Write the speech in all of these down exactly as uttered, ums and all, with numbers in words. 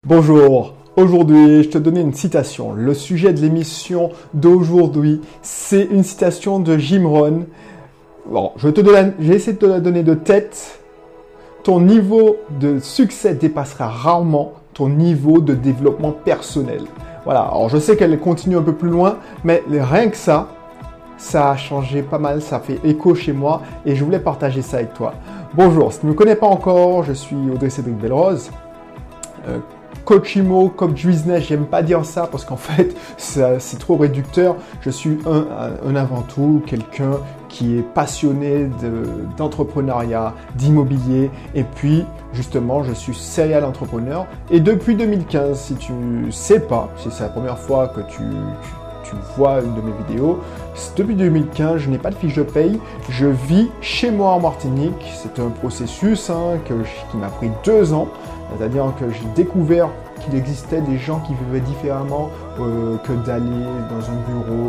Bonjour, aujourd'hui je te donnais une citation. Le sujet de l'émission d'aujourd'hui, c'est une citation de Jim Rohn. Bon, je te donne, j'ai essayé de te la donner de tête. Ton niveau de succès dépassera rarement ton niveau de développement personnel. Voilà, alors je sais qu'elle continue un peu plus loin, mais rien que ça, ça a changé pas mal, ça fait écho chez moi et je voulais partager ça avec toi. Bonjour, si tu ne me connais pas encore, je suis Audrey Cédric Belrose. Euh, Coach Imo, coach business, j'aime pas dire ça parce qu'en fait, c'est trop réducteur. Je suis un, un avant tout quelqu'un qui est passionné d'entrepreneuriat, de, d'immobilier et puis justement, je suis serial entrepreneur. Et depuis deux mille quinze, si tu sais pas, si c'est la première fois que tu, tu, tu vois une de mes vidéos, depuis deux mille quinze, je n'ai pas de fiche de paye. Je vis chez moi en Martinique. C'est un processus hein, que, qui m'a pris deux ans. C'est-à-dire que j'ai découvert qu'il existait des gens qui vivaient différemment euh, que d'aller dans un bureau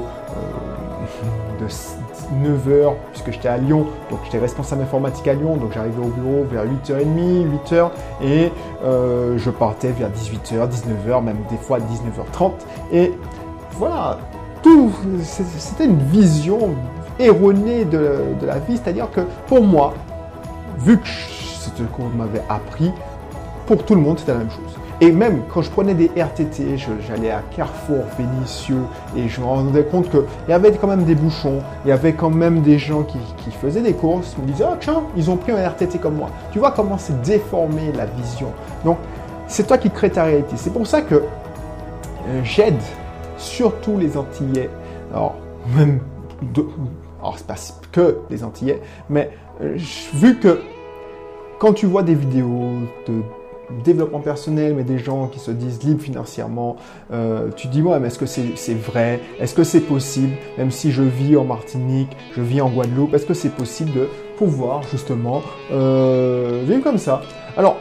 euh, de neuf heures, puisque j'étais à Lyon, donc j'étais responsable informatique à Lyon, donc j'arrivais au bureau vers huit heures trente, huit heures, et euh, je partais vers dix-huit heures, dix-neuf heures, même des fois dix-neuf heures trente. Et voilà, tout, c'était une vision erronée de, de la vie, c'est-à-dire que pour moi, vu que c'était ce qu'on m'avait appris, pour tout le monde, c'était la même chose. Et même quand je prenais des R T T, j'allais à Carrefour, Vénissieux, et je me rendais compte qu'il y avait quand même des bouchons, il y avait quand même des gens qui, qui faisaient des courses, me disaient « Ah tiens, ils ont pris un R T T comme moi ». Tu vois comment c'est déformé la vision. Donc, c'est toi qui crée ta réalité. C'est pour ça que euh, j'aide surtout les Antillais. Alors, même, de, alors c'est pas que les Antillais, mais euh, vu que quand tu vois des vidéos de développement personnel, mais des gens qui se disent libres financièrement, euh, tu te dis, ouais, mais est-ce que c'est vrai? Est-ce que c'est possible? Même si je vis en Martinique, je vis en Guadeloupe, est-ce que c'est possible de pouvoir justement euh, vivre comme ça? Alors,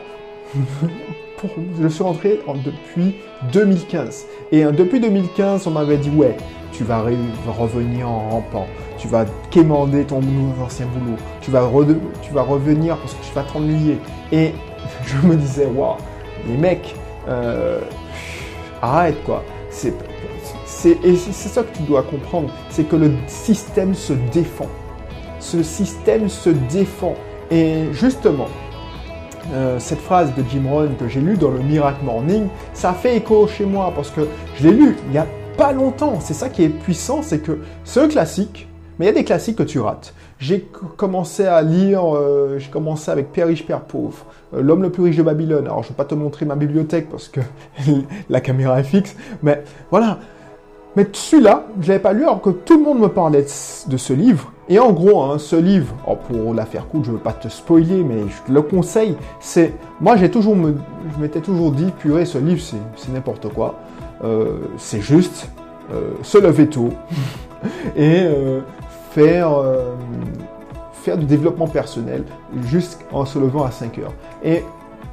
pour, je suis rentré en, depuis deux mille quinze. Et euh, depuis deux mille quinze, on m'avait dit, ouais, tu vas revenir en rampant. Tu vas quémander ton ancien boulot. Tu vas, tu vas revenir parce que tu vas t'ennuyer. Et je me disais, waouh, les mecs, euh, arrête quoi. C'est ça que tu dois comprendre, c'est que le système se défend. Ce système se défend. Et justement, euh, cette phrase de Jim Rohn que j'ai lue dans le Miracle Morning, ça fait écho chez moi parce que je l'ai lu il n'y a pas longtemps. C'est ça qui est puissant, c'est que c'est un classique, mais il y a des classiques que tu rates. J'ai commencé à lire, euh, j'ai commencé avec Père riche, Père pauvre, euh, L'homme le plus riche de Babylone. Alors, je ne vais pas te montrer ma bibliothèque parce que la caméra est fixe, mais voilà. Mais celui-là, je ne l'avais pas lu alors que tout le monde me parlait de ce livre. Et en gros, hein, ce livre, oh, pour la faire cool, je ne veux pas te spoiler, mais je te le conseille. C'est, moi, j'ai toujours, me, je m'étais toujours dit, purée, ce livre, c'est n'importe quoi. Euh, c'est juste euh, se lever tôt et euh, faire, euh, faire du développement personnel juste en se levant à cinq heures. Et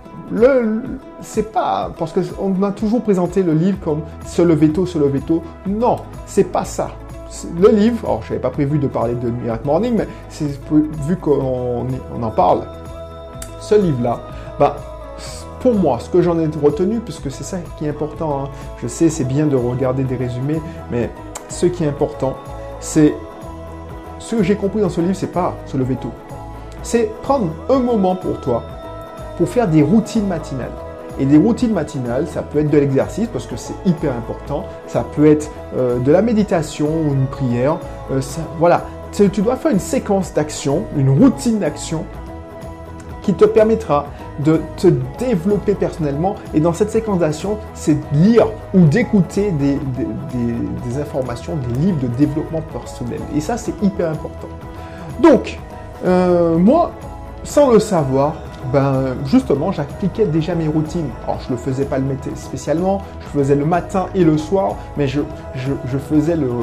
le, c'est pas parce qu'on m'a toujours présenté le livre comme se lever tôt, se lever tôt. Non, c'est pas ça. Le livre, alors je n'avais pas prévu de parler de Miracle Morning, mais c'est vu qu'on on en parle, ce livre-là, bah, pour moi, ce que j'en ai retenu, puisque c'est ça qui est important, hein. Je sais, c'est bien de regarder des résumés, mais ce qui est important, c'est ce que j'ai compris dans ce livre, c'est pas se lever tôt. C'est prendre un moment pour toi, pour faire des routines matinales. Et des routines matinales, ça peut être de l'exercice, parce que c'est hyper important. Ça peut être euh, de la méditation ou une prière. Euh, ça, voilà, tu, tu dois faire une séquence d'action, une routine d'action qui te permettra de te développer personnellement. Et dans cette séquence d'action, c'est de lire ou d'écouter des, des, des, des informations, des livres de développement personnel. Et ça, c'est hyper important. Donc, euh, moi, sans le savoir, ben, justement, j'appliquais déjà mes routines. Alors, je ne le faisais pas le matin spécialement, je faisais le matin et le soir, mais je, je, je faisais le,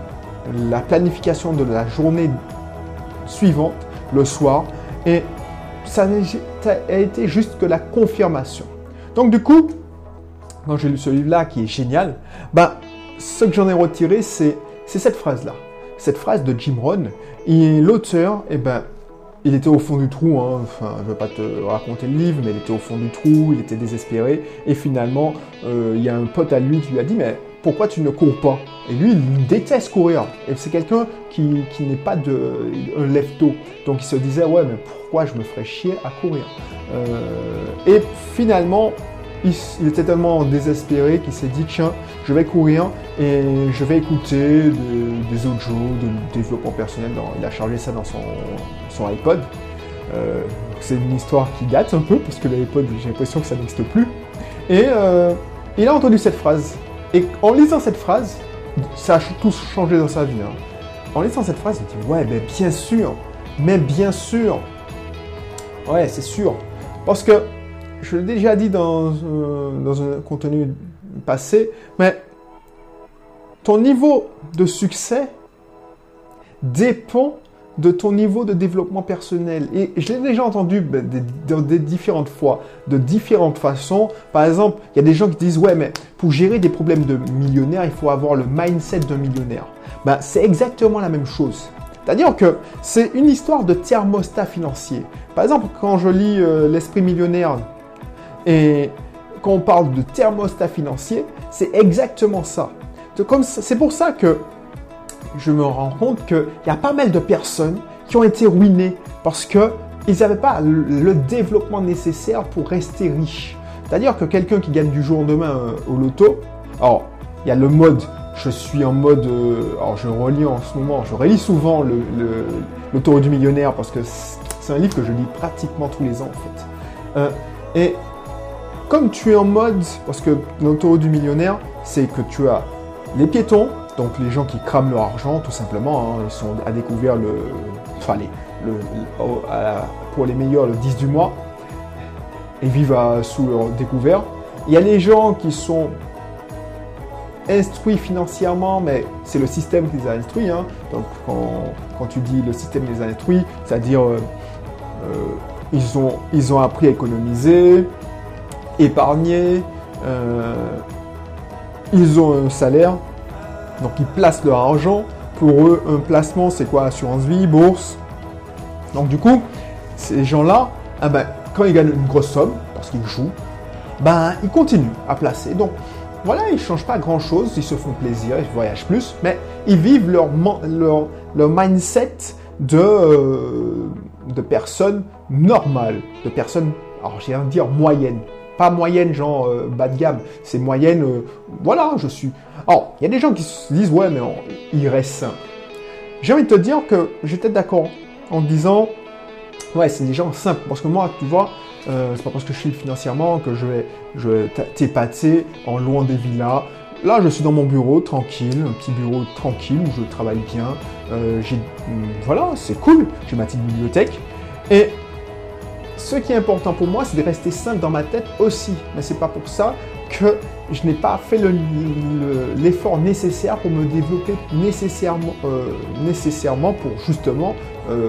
la planification de la journée suivante, le soir, et ça a été juste que la confirmation. Donc, du coup, quand j'ai lu ce livre-là, qui est génial, ben, ce que j'en ai retiré, c'est cette phrase-là. Cette phrase de Jim Rohn. Et l'auteur, eh ben, il était au fond du trou, hein. Enfin, je ne vais pas te raconter le livre, mais il était au fond du trou, il était désespéré, et finalement, euh, il y a un pote à lui qui lui a dit « mais pourquoi tu ne cours pas ?» Et lui, il déteste courir, et c'est quelqu'un qui, qui n'est pas de, un lève-tôt, donc il se disait « ouais, mais pourquoi je me ferais chier à courir ?» euh, Et finalement, il, il était tellement désespéré qu'il s'est dit « tiens, je vais courir et je vais écouter de, des audios de développement personnel. » Il a chargé ça dans son, son iPod. Euh, c'est une histoire qui date un peu, parce que l'iPod, j'ai l'impression que ça n'existe plus. Et euh, il a entendu cette phrase. Et en lisant cette phrase, ça a tout changé dans sa vie. Hein. En lisant cette phrase, il dit « ouais, mais bien sûr, mais bien sûr. » Ouais, c'est sûr. Parce que, je l'ai déjà dit dans, euh, dans un contenu passé, mais ton niveau de succès dépend de ton niveau de développement personnel. Et je l'ai déjà entendu ben, des, des, des différentes fois, de différentes façons. Par exemple, il y a des gens qui disent « ouais, mais pour gérer des problèmes de millionnaire, il faut avoir le mindset d'un millionnaire. » Ben, c'est exactement la même chose. C'est-à-dire que c'est une histoire de thermostat financier. Par exemple, quand je lis euh, L'Esprit millionnaire et quand on parle de thermostat financier, c'est exactement ça. C'est pour ça que je me rends compte qu'il y a pas mal de personnes qui ont été ruinées parce qu'ils n'avaient pas le développement nécessaire pour rester riches. C'est-à-dire que quelqu'un qui gagne du jour au lendemain euh, au loto, alors il y a le mode, je suis en mode, euh, alors je relis en ce moment, je relis souvent le, le, le Taureau du millionnaire parce que c'est un livre que je lis pratiquement tous les ans en fait. Euh, et comme tu es en mode, parce que le Taureau du millionnaire, c'est que tu as les piétons, donc les gens qui crament leur argent tout simplement, hein, ils sont à découvert le, enfin les, le, à, pour les meilleurs le dix du mois, et vivent à, sous leur découvert. Il y a les gens qui sont instruits financièrement, mais c'est le système qui les a instruits. Hein. Donc quand, quand tu dis le système les a instruits, c'est-à-dire euh, euh, ils, ont, ils ont appris à économiser, épargner, euh, ils ont un salaire, donc ils placent leur argent. Pour eux, un placement, c'est quoi? Assurance vie, bourse. Donc du coup, ces gens-là, ah ben, quand ils gagnent une grosse somme, parce qu'ils jouent, ben, ils continuent à placer. Donc voilà, ils ne changent pas grand-chose, ils se font plaisir, ils voyagent plus, mais ils vivent leur, leur, leur mindset de, euh, de personnes normales, de personnes, alors j'ai envie de dire moyennes. Pas moyenne, genre euh, bas de gamme, c'est moyenne, euh, voilà, je suis... Alors, il y a des gens qui se disent, ouais, mais on, il reste simple. J'ai envie de te dire que j'étais d'accord en disant, ouais, c'est des gens simples, parce que moi, tu vois, euh, c'est pas parce que je suis financièrement que je vais, je vais t'épater en louant des villas. Là, je suis dans mon bureau, tranquille, un petit bureau tranquille, où je travaille bien, euh, j'ai, voilà, c'est cool, j'ai ma petite bibliothèque, et... ce qui est important pour moi, c'est de rester simple dans ma tête aussi. Mais c'est pas pour ça que je n'ai pas fait l'effort le, le, nécessaire pour me développer nécessairement, euh, nécessairement pour justement euh,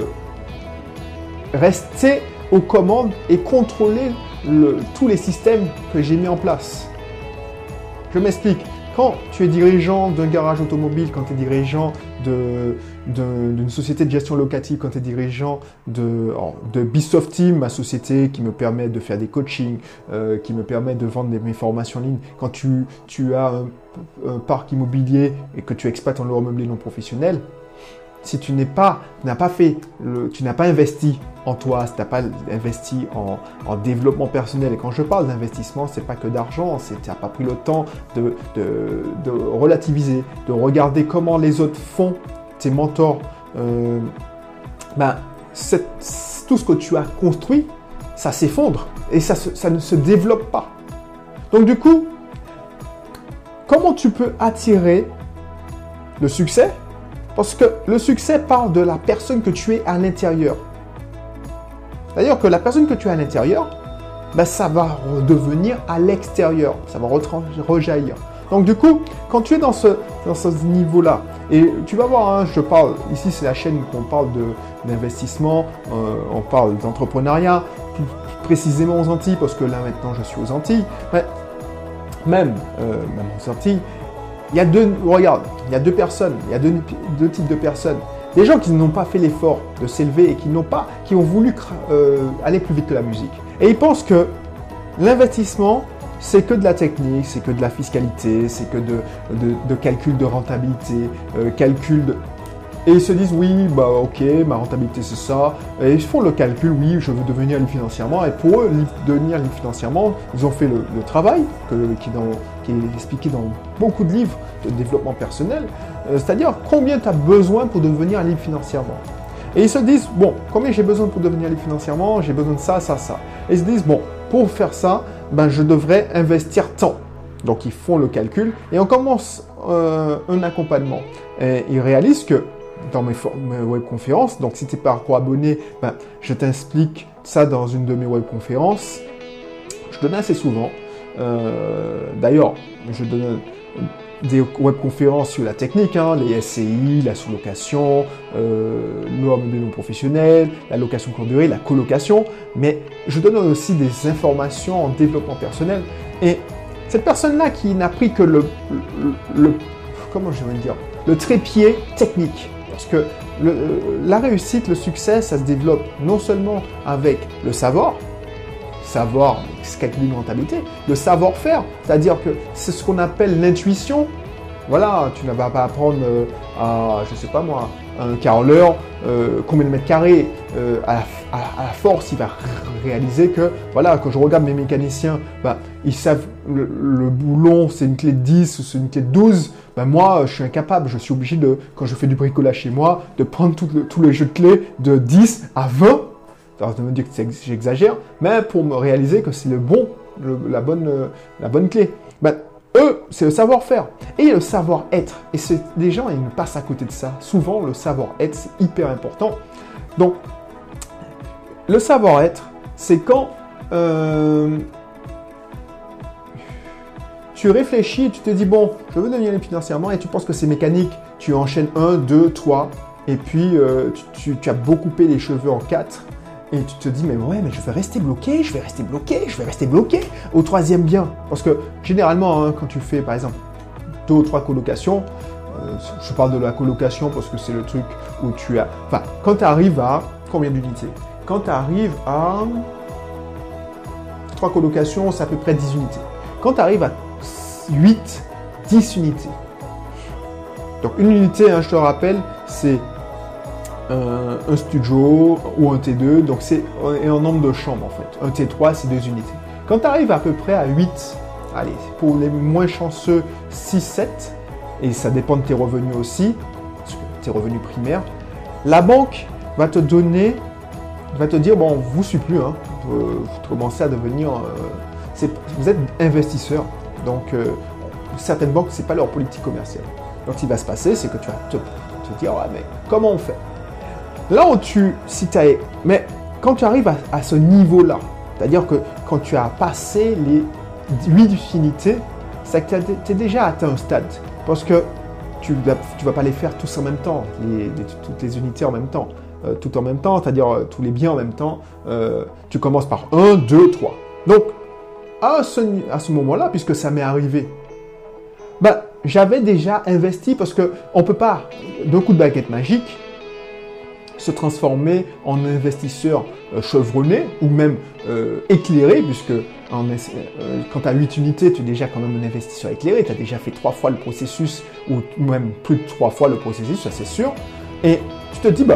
rester aux commandes et contrôler le, tous les systèmes que j'ai mis en place. Je m'explique. Quand tu es dirigeant d'un garage automobile, quand tu es dirigeant d'une société de gestion locative, quand tu es dirigeant de, de Bisoft Team, ma société qui me permet de faire des coachings, euh, qui me permet de vendre des, mes formations en ligne, quand tu, tu as un, un parc immobilier et que tu exploites en loi meublé non professionnel, si tu n'es pas, n'as pas fait, le, tu n'as pas investi en toi, si tu n'as pas investi en, en développement personnel, et quand je parle d'investissement, c'est pas que d'argent, c'est tu n'as pas pris le temps de, de, de relativiser, de regarder comment les autres font, tes mentors, euh, ben, tout ce que tu as construit, ça s'effondre et ça, ça ne se développe pas. Donc du coup, comment tu peux attirer le succès? Parce que le succès parle de la personne que tu es à l'intérieur. C'est-à-dire que la personne que tu es à l'intérieur, ben ça va redevenir à l'extérieur. Ça va rejaillir. Donc du coup, quand tu es dans ce, dans ce niveau-là, et tu vas voir, hein, je parle, ici c'est la chaîne où on parle d'investissement, euh, on parle d'entrepreneuriat, plus précisément aux Antilles, parce que là maintenant je suis aux Antilles. Mais même, euh, même aux Antilles, il y a deux, regarde, il y a deux personnes, il y a deux, deux types de personnes. Des gens qui n'ont pas fait l'effort de s'élever et qui n'ont pas, qui ont voulu euh, aller plus vite que la musique. Et ils pensent que l'investissement, c'est que de la technique, c'est que de la fiscalité, c'est que de, de, de calcul de rentabilité, euh, calcul de... Et ils se disent, oui, bah ok, ma rentabilité c'est ça. Et ils font le calcul, oui, je veux devenir libre financièrement. Et pour eux, devenir libre financièrement, ils ont fait le, le travail que, qui, dans, qui est expliqué dans beaucoup de livres de développement personnel. Euh, C'est-à-dire, combien tu as besoin pour devenir libre financièrement. Et ils se disent, bon, combien j'ai besoin pour devenir libre financièrement? J'ai besoin de ça, ça, ça. Et ils se disent, bon, pour faire ça, ben, je devrais investir tant. Donc, ils font le calcul et on commence euh, un accompagnement. Et ils réalisent que dans mes, mes webconférences, donc si tu n'es pas encore abonné, ben, je t'explique ça dans une de mes webconférences. Je donne assez souvent. Euh, D'ailleurs, je donne des webconférences sur la technique, hein, les S C I, la sous-location, euh, le meublé non professionnel, la location courte durée, la colocation, mais je donne aussi des informations en développement personnel. Et cette personne-là qui n'a pris que le, le, le, comment je vais dire, le trépied technique, parce que le, la réussite, le succès, ça se développe non seulement avec le savoir, savoir, calculer une rentabilité, le savoir-faire, c'est-à-dire que c'est ce qu'on appelle l'intuition. Voilà, tu ne vas pas apprendre euh, à, je sais pas moi, un carreleur, euh, combien de mètres carrés, euh, à, la, à, à la force, il va réaliser que, voilà, quand je regarde mes mécaniciens, bah, ils savent le, le boulon, c'est une clé de dix ou c'est une clé de douze. Ben moi, je suis incapable, je suis obligé de, quand je fais du bricolage chez moi, de prendre tout le, tout le jeu de clés de dix à vingt. Alors, de me dire que j'exagère, mais pour me réaliser que c'est le bon, le, la, bonne, la bonne clé. Ben, eux, c'est le savoir-faire et le savoir-être. Et les gens, ils passent à côté de ça. Souvent, le savoir-être, c'est hyper important. Donc, le savoir-être, c'est quand euh, tu réfléchis, tu te dis, bon, je veux devenir libre financièrement et tu penses que c'est mécanique. Tu enchaînes un, deux, trois et puis euh, tu, tu, tu as beaucoup coupé les cheveux en quatre. Et tu te dis, mais ouais, mais je vais rester bloqué, je vais rester bloqué, je vais rester bloqué au troisième bien. Parce que généralement, hein, quand tu fais par exemple deux ou trois colocations, euh, je parle de la colocation parce que c'est le truc où tu as... Enfin, quand tu arrives à combien d'unités? Quand tu arrives à trois colocations, c'est à peu près dix unités. Quand tu arrives à huit, dix unités. Donc une unité, hein, je te rappelle, c'est Un, un studio ou un T deux, donc c'est un nombre de chambres en fait. Un T trois, c'est deux unités. Quand tu arrives à peu près à huit, allez, pour les moins chanceux, six, sept, et ça dépend de tes revenus aussi, tes revenus primaires, la banque va te donner, va te dire, bon, vous ne suit plus, hein, vous, vous commencez à devenir, euh, vous êtes investisseur, donc euh, certaines banques, ce n'est pas leur politique commerciale. Donc ce qui va se passer, c'est que tu vas te, te dire, ouais, mais comment on fait? Là où tu, si tu as, mais quand tu arrives à, à ce niveau-là, c'est-à-dire que quand tu as passé les huit unités, c'est que tu es déjà atteint un stade. Parce que tu ne vas pas les faire tous en même temps, les, les, toutes les unités en même temps, euh, tout en même temps, c'est-à-dire euh, tous les biens en même temps. Euh, tu commences par un, deux, trois. Donc, à ce, à ce moment-là, puisque ça m'est arrivé, ben, j'avais déjà investi parce qu'on ne peut pas, d'un coup de baguette magique, se transformer en investisseur euh, chevronné ou même euh, éclairé, puisque en, euh, quand tu as huit unités, tu es déjà quand même un investisseur éclairé, tu as déjà fait trois fois le processus, ou même plus de trois fois le processus, ça c'est sûr, et tu te dis, bah,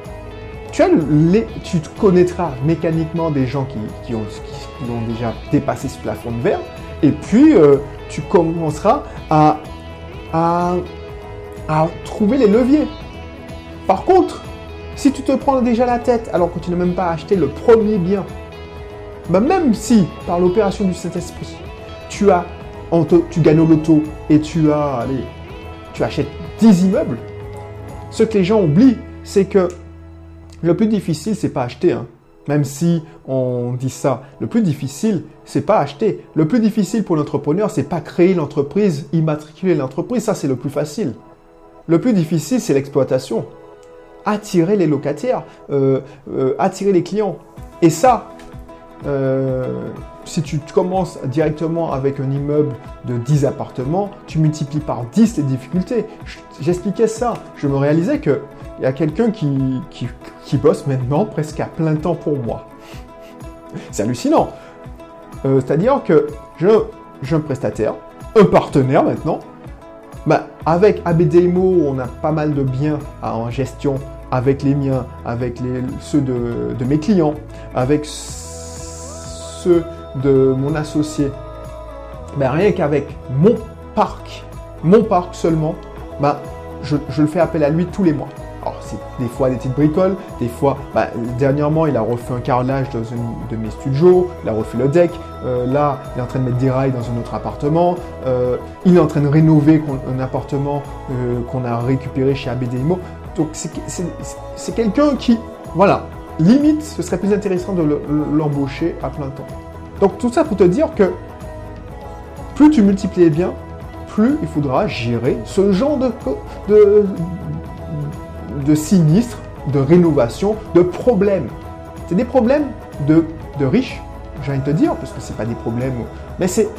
tu, as les, tu te connaîtras mécaniquement des gens qui, qui, ont, qui, qui ont déjà dépassé ce plafond de verre, et puis euh, tu commenceras à, à, à trouver les leviers. Par contre, si tu te prends déjà la tête alors que tu n'as même pas acheté le premier bien, ben même si par l'opération du Saint-Esprit, tu as, tu gagnes au loto et tu as, allez, tu achètes dix immeubles, ce que les gens oublient, c'est que le plus difficile, c'est pas acheter, hein. Même si on dit ça, le plus difficile, c'est pas acheter. Le plus difficile pour l'entrepreneur, c'est pas créer l'entreprise, immatriculer l'entreprise, ça c'est le plus facile. Le plus difficile, c'est l'exploitation. Attirer les locataires, euh, euh, attirer les clients. Et ça, euh, si tu commences directement avec un immeuble de dix appartements, tu multiplies par dix les difficultés. J'expliquais ça. Je me réalisais qu'il y a quelqu'un qui, qui, qui bosse maintenant presque à plein temps pour moi. C'est hallucinant. Euh, C'est-à-dire que j'ai un prestataire, un partenaire maintenant. Bah, avec A B D I M O, on a pas mal de biens en gestion avec les miens, avec les, ceux de, de mes clients, avec ceux de mon associé. Ben, rien qu'avec mon parc, mon parc seulement, ben, je, je le fais appel à lui tous les mois. Alors, c'est des fois des petites bricoles, des fois, ben, dernièrement, il a refait un carrelage dans une de mes studios, il a refait le deck, euh, là, il est en train de mettre des rails dans un autre appartement, euh, il est en train de rénover un appartement euh, qu'on a récupéré chez A B D I M O. Donc, c'est quelqu'un qui, voilà, limite, ce serait plus intéressant de l'embaucher à plein temps. Donc, tout ça pour te dire que plus tu multiplies les biens, plus il faudra gérer ce genre de, de, de sinistres, de rénovation, de problèmes. C'est des problèmes de, de riches, j'ai envie de te dire, parce que ce n'est pas des problèmes, mais c'est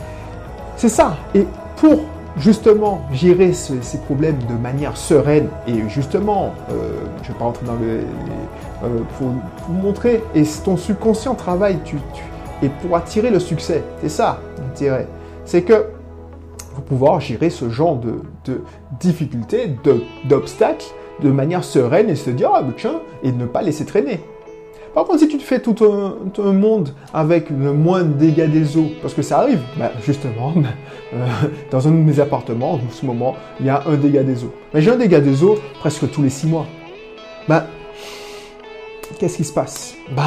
ça. Et pour justement gérer ce, ces problèmes de manière sereine et justement, euh, je ne vais pas rentrer dans le... Euh, pour, pour montrer, et ton subconscient travaille tu, tu, et pour attirer le succès, c'est ça l'intérêt. C'est que vous pouvoir gérer ce genre de, de difficultés, d'obstacles de, de manière sereine et se dire, ah, mais tiens, et ne pas laisser traîner. Par contre, si tu te fais tout un, tout un monde avec le moins de dégâts des eaux, parce que ça arrive, bah, justement, bah, euh, dans un de mes appartements, en ce moment, il y a un dégât des eaux. Mais j'ai un dégât des eaux presque tous les six mois. Bah, qu'est-ce qui se passe? Bah,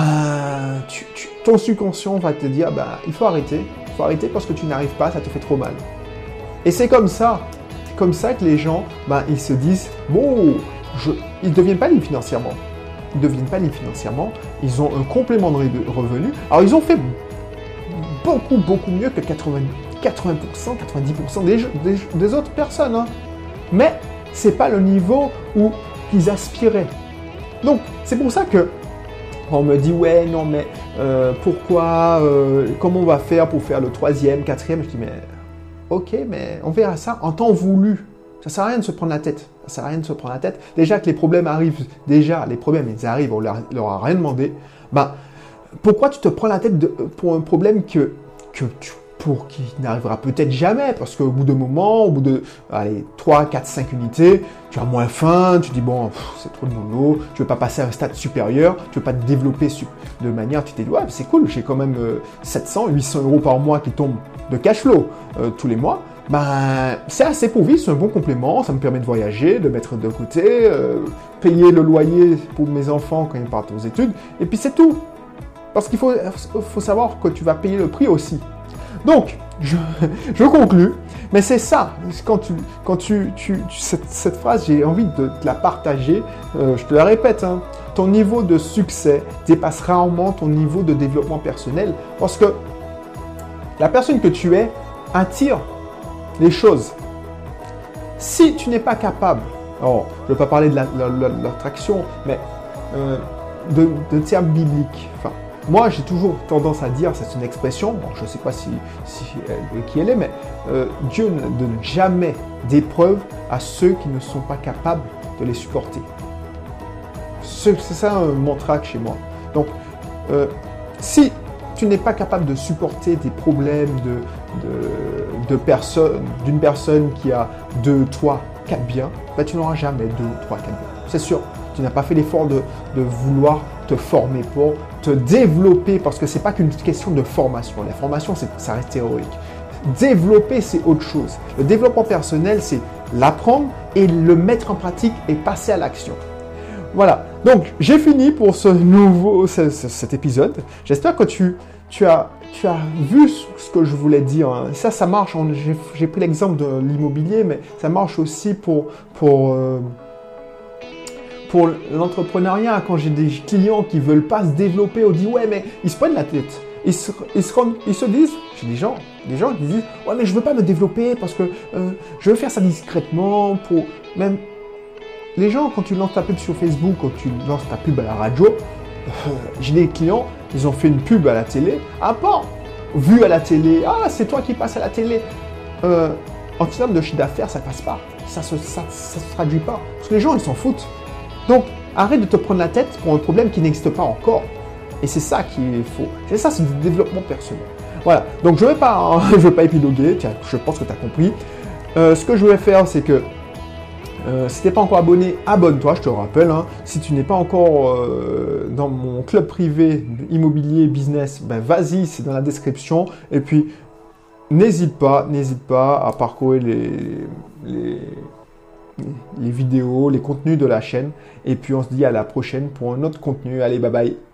tu, tu, ton subconscient va te dire, bah, il faut arrêter, il faut arrêter parce que tu n'arrives pas, ça te fait trop mal. Et c'est comme ça, c'est comme ça que les gens, bah, ils se disent, bon, je, ils ne deviennent pas libres financièrement. Ils ne deviennent pas libres financièrement, ils ont un complément de revenu. Alors, ils ont fait beaucoup, beaucoup mieux que quatre-vingts pour cent, quatre-vingt-dix pour cent des, des, des autres personnes. Hein. Mais ce n'est pas le niveau où ils aspiraient. Donc, c'est pour ça que on me dit, ouais, non, mais euh, pourquoi, euh, comment on va faire pour faire le troisième, quatrième? Je dis, mais ok, mais on verra ça en temps voulu. Ça ne sert à rien de se prendre la tête. Ça ne sert à rien de se prendre la tête. Déjà que les problèmes arrivent, déjà, les problèmes, ils arrivent, on leur, leur a rien demandé. Ben, pourquoi tu te prends la tête de, pour un problème que, que tu, pour qui n'arrivera peut-être jamais? Parce qu'au bout d'un moment, au bout de allez, trois, quatre, cinq unités, tu as moins faim, tu dis, bon, c'est trop de boulot, tu ne veux pas passer à un stade supérieur, tu ne veux pas te développer de manière, tu t'es dit, ouais, c'est cool, j'ai quand même euh, sept cents, huit cents euros par mois qui tombent de cash flow euh, tous les mois. Ben, c'est assez pour vivre, c'est un bon complément, ça me permet de voyager, de mettre de côté, euh, payer le loyer pour mes enfants quand ils partent aux études, et puis c'est tout. Parce qu'il faut, faut savoir que tu vas payer le prix aussi. Donc, je, je conclus, mais c'est ça, quand tu, quand tu, tu, tu cette, cette phrase, j'ai envie de te la partager, euh, je te la répète, hein, ton niveau de succès dépasse rarement ton niveau de développement personnel, parce que la personne que tu es attire les choses. Si tu n'es pas capable, alors je ne veux pas parler de l'attraction, mais euh, de, de termes bibliques. Enfin, moi, j'ai toujours tendance à dire, c'est une expression, bon, je ne sais pas si, si elle, qui elle est, mais euh, Dieu ne donne jamais d'épreuves à ceux qui ne sont pas capables de les supporter. C'est ça un mantra chez moi. Donc, euh, si tu n'es pas capable de supporter des problèmes de, de, de personnes, d'une personne qui a deux, trois, quatre biens, ben tu n'auras jamais deux, trois, quatre biens. C'est sûr, tu n'as pas fait l'effort de, de vouloir te former pour te développer, parce que ce n'est pas qu'une question de formation. La formation, ça reste théorique. Développer, c'est autre chose. Le développement personnel, c'est l'apprendre et le mettre en pratique et passer à l'action. Voilà, donc j'ai fini pour ce nouveau, ce, ce, cet épisode. J'espère que tu, tu, as, tu as vu ce que je voulais dire. Ça, ça marche, j'ai pris l'exemple de l'immobilier, mais ça marche aussi pour, pour, euh, pour l'entrepreneuriat. Quand j'ai des clients qui ne veulent pas se développer, on dit, ouais, mais ils se prennent la tête. Ils se, ils se, rendent, ils se disent, j'ai des gens, des gens qui disent, ouais, mais je ne veux pas me développer parce que euh, je veux faire ça discrètement pour même... Les gens, quand tu lances ta pub sur Facebook, quand tu lances ta pub à la radio, euh, j'ai des clients, ils ont fait une pub à la télé. À part vu à la télé. Ah, c'est toi qui passes à la télé. Euh, en termes de chiffre d'affaires, ça passe pas. Ça se, ça, ça se traduit pas. Parce que les gens, ils s'en foutent. Donc, arrête de te prendre la tête pour un problème qui n'existe pas encore. Et c'est ça qu'il faut. C'est ça, c'est du développement personnel. Voilà. Donc, je ne vais pas, hein, je vais pas épiloguer. Tiens, je pense que tu as compris. Euh, ce que je vais faire, c'est que euh, si tu n'es pas encore abonné, abonne-toi, je te le rappelle. Hein. Si tu n'es pas encore euh, dans mon club privé immobilier business, ben vas-y, c'est dans la description. Et puis, n'hésite pas, n'hésite pas à parcourir les, les, les vidéos, les contenus de la chaîne. Et puis, on se dit à la prochaine pour un autre contenu. Allez, bye bye.